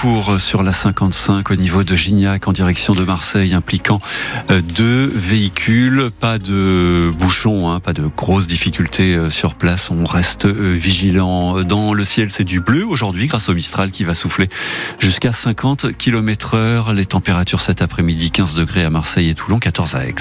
secours sur la 55 au niveau de Gignac en direction de Marseille, impliquant 2 véhicules. Pas de bouchons, pas de grosses difficultés sur place. On reste vigilant. Dans le ciel, c'est du bleu aujourd'hui grâce au Mistral qui va souffler jusqu'à 50 km/h. Les températures cet après-midi, 15 degrés à Marseille et Toulon, 14 à Aix.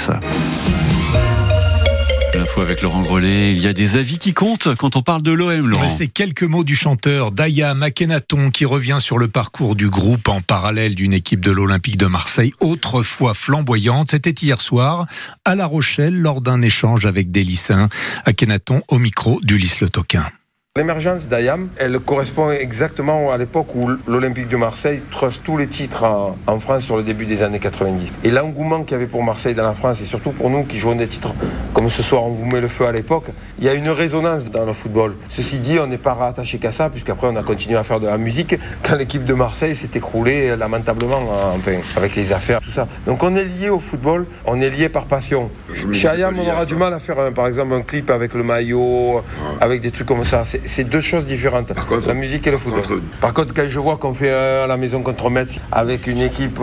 L'info avec Laurent Grellet. Il y a des avis qui comptent quand on parle de l'OM, Laurent. C'est quelques mots du chanteur Dayam Akhenaton qui revient sur le parcours du groupe en parallèle d'une équipe de l'Olympique de Marseille autrefois flamboyante. C'était hier soir à La Rochelle lors d'un échange avec des lycéens. Akhenaton au micro d'Ulysse Le Toquin. L'émergence d'Ayam, elle correspond exactement à l'époque où l'Olympique de Marseille truste tous les titres en France sur le début des années 90. Et l'engouement qu'il y avait pour Marseille dans la France, et surtout pour nous qui jouons des titres comme ce soir on vous met le feu à l'époque, il y a une résonance dans le football. Ceci dit, on n'est pas rattaché qu'à ça, puisqu'après on a continué à faire de la musique quand l'équipe de Marseille s'est écroulée lamentablement, avec les affaires, tout ça. Donc on est lié au football, on est lié par passion. Chez Ayam, on aura du mal à faire par exemple un clip avec le maillot, avec des trucs comme ça. C'est 2 choses différentes, la musique et le football. Par contre, quand je vois qu'on fait à la maison contre Metz avec une équipe,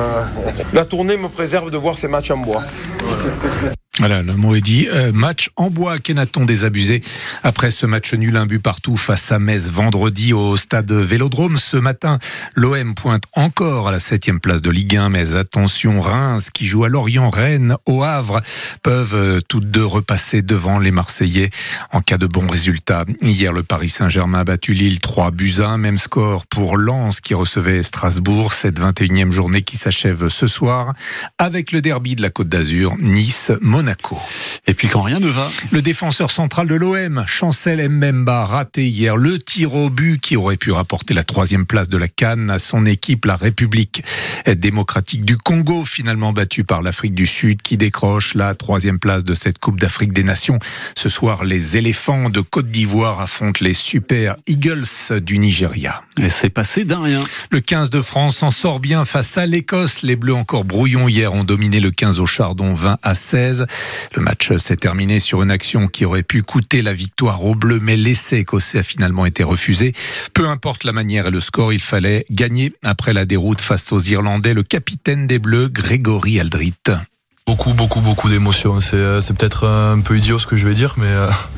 la tournée me préserve de voir ces matchs en bois. Voilà, le mot est dit. Match en bois, Akhenaton désabusé après ce match nul, 1 but partout face à Metz vendredi au stade Vélodrome. Ce matin, l'OM pointe encore à la 7e place de Ligue 1, mais attention, Reims qui joue à Lorient, Rennes, au Havre peuvent toutes 2 repasser devant les Marseillais en cas de bons résultats. Hier, le Paris Saint-Germain a battu Lille 3-1, même score pour Lens qui recevait Strasbourg. Cette 21e journée qui s'achève ce soir avec le derby de la Côte d'Azur, Nice-Monaco. Et puis quand rien ne va, le défenseur central de l'OM, Chancel Mbemba, raté hier le tir au but qui aurait pu rapporter la 3e place de la CAN à son équipe, la République démocratique du Congo, finalement battue par l'Afrique du Sud qui décroche la 3e place de cette Coupe d'Afrique des Nations. Ce soir, les éléphants de Côte d'Ivoire affrontent les Super Eagles du Nigeria. Et c'est passé d'un rien. Le 15 de France s'en sort bien face à l'Écosse. Les Bleus encore brouillons hier ont dominé le 15 au Chardon 20-16. Le match s'est terminé sur une action qui aurait pu coûter la victoire aux Bleus, mais l'essai écossais a finalement été refusé. Peu importe la manière et le score, il fallait gagner après la déroute face aux Irlandais. Le capitaine des Bleus, Grégory Aldrit. Beaucoup d'émotions. C'est peut-être un peu idiot ce que je vais dire, mais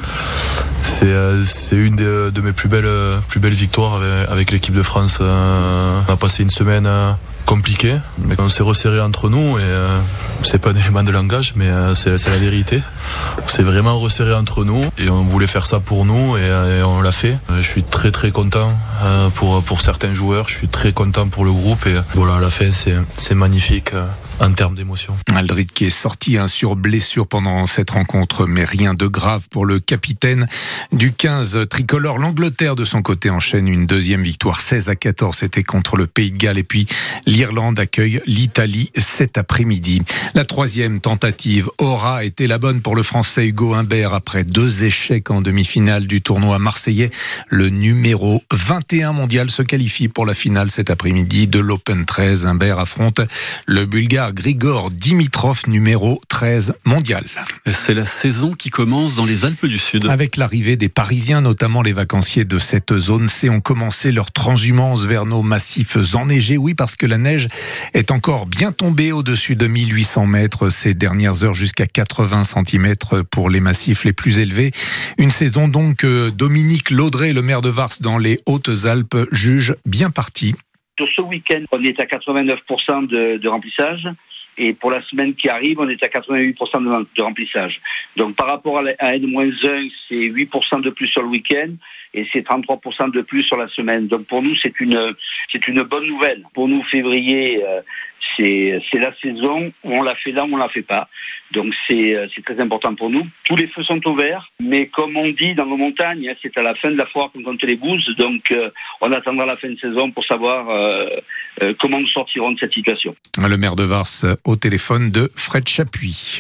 c'est une de mes plus belles victoires avec l'équipe de France. On a passé une semaine compliqué, mais on s'est resserré entre nous et c'est pas un élément de langage, mais c'est la vérité. On s'est vraiment resserré entre nous et on voulait faire ça pour nous et on l'a fait. Je suis très content pour certains joueurs, je suis très content pour le groupe et voilà, à la fin c'est magnifique. En termes d'émotion. Aldrit qui est sorti sur blessure pendant cette rencontre, mais rien de grave pour le capitaine du 15 tricolore. L'Angleterre de son côté enchaîne une 2e victoire, 16-14, c'était contre le Pays de Galles, et puis l'Irlande accueille l'Italie cet après-midi. La 3e tentative aura été la bonne pour le Français Hugo Humbert après 2 échecs en demi-finale du tournoi marseillais. Le numéro 21 mondial se qualifie pour la finale cet après-midi de l'Open 13. Humbert affronte le Bulgare Grigor Dimitrov, numéro 13 mondial. C'est la saison qui commence dans les Alpes du Sud. Avec l'arrivée des Parisiens, notamment les vacanciers de cette zone C, ont commencé leur transhumance vers nos massifs enneigés. Oui, parce que la neige est encore bien tombée au-dessus de 1800 mètres ces dernières heures, jusqu'à 80 cm pour les massifs les plus élevés. Une saison donc que Dominique Laudret, le maire de Vars dans les Hautes-Alpes, juge bien partie. Sur ce week-end, on est à 89% de remplissage. Et pour la semaine qui arrive, on est à 88% de remplissage. Donc par rapport à N-1, c'est 8% de plus sur le week-end et c'est 33% de plus sur la semaine. Donc pour nous, c'est une bonne nouvelle. Pour nous, février, c'est la saison où on l'a fait là, où on l'a fait pas. Donc c'est très important pour nous. Tous les feux sont au vert, mais comme on dit dans nos montagnes, c'est à la fin de la foire qu'on compte les bouses. Donc on attendra la fin de saison pour savoir comment nous sortirons de cette situation. Le maire de Vars au téléphone de Fred Chapuis.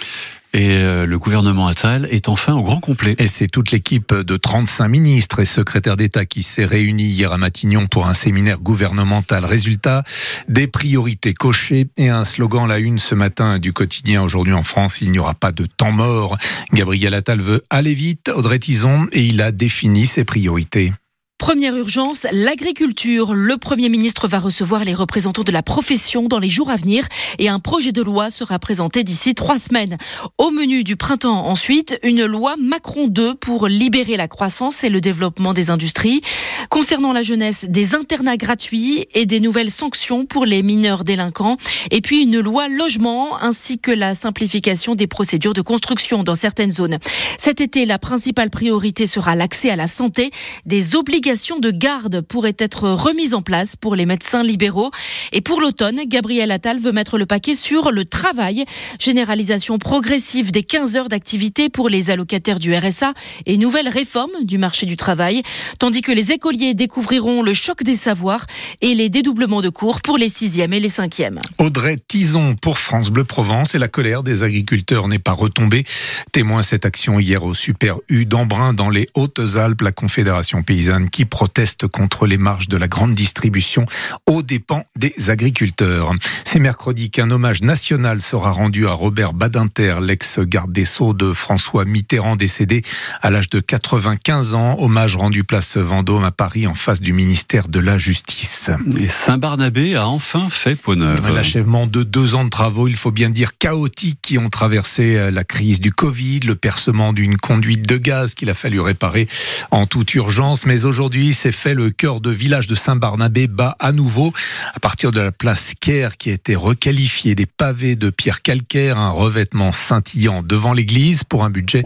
Et le gouvernement Attal est enfin au grand complet. Et c'est toute l'équipe de 35 ministres et secrétaires d'État qui s'est réunie hier à Matignon pour un séminaire gouvernemental. Résultat, des priorités cochées et un slogan à la une ce matin du quotidien Aujourd'hui en France, il n'y aura pas de temps mort. Gabriel Attal veut aller vite, Audrey Tizon, et il a défini ses priorités. Première urgence, l'agriculture. Le Premier ministre va recevoir les représentants de la profession dans les jours à venir et un projet de loi sera présenté d'ici 3 semaines. Au menu du printemps ensuite, une loi Macron 2 pour libérer la croissance et le développement des industries. Concernant la jeunesse, des internats gratuits et des nouvelles sanctions pour les mineurs délinquants. Et puis une loi logement ainsi que la simplification des procédures de construction dans certaines zones. Cet été, la principale priorité sera l'accès à la santé. Des obligations de garde pourraient être remises en place pour les médecins libéraux. Et pour l'automne, Gabriel Attal veut mettre le paquet sur le travail. Généralisation progressive des 15 heures d'activité pour les allocataires du RSA et nouvelle réforme du marché du travail. Tandis que les écoliers découvriront le choc des savoirs et les dédoublements de cours pour les 6e et les 5e. Audrey Tison pour France Bleu Provence, et la colère des agriculteurs n'est pas retombée. Témoin cette action hier au Super U d'Embrun dans les Hautes-Alpes, la Confédération paysanne qui proteste contre les marges de la grande distribution aux dépens des agriculteurs. C'est mercredi qu'un hommage national sera rendu à Robert Badinter, l'ex-garde des Sceaux de François Mitterrand, décédé à l'âge de 95 ans. Hommage rendu place Vendôme à Paris en face du ministère de la Justice. Et Saint-Barnabé a enfin fait peau neuve. L'achèvement de 2 ans de travaux, il faut bien dire chaotiques, qui ont traversé la crise du Covid, le percement d'une conduite de gaz qu'il a fallu réparer en toute urgence. Mais aujourd'hui, c'est fait, le cœur de village de Saint-Barnabé bat à nouveau. À partir de la place Caire qui a été requalifiée, des pavés de pierre calcaire, un revêtement scintillant devant l'église pour un budget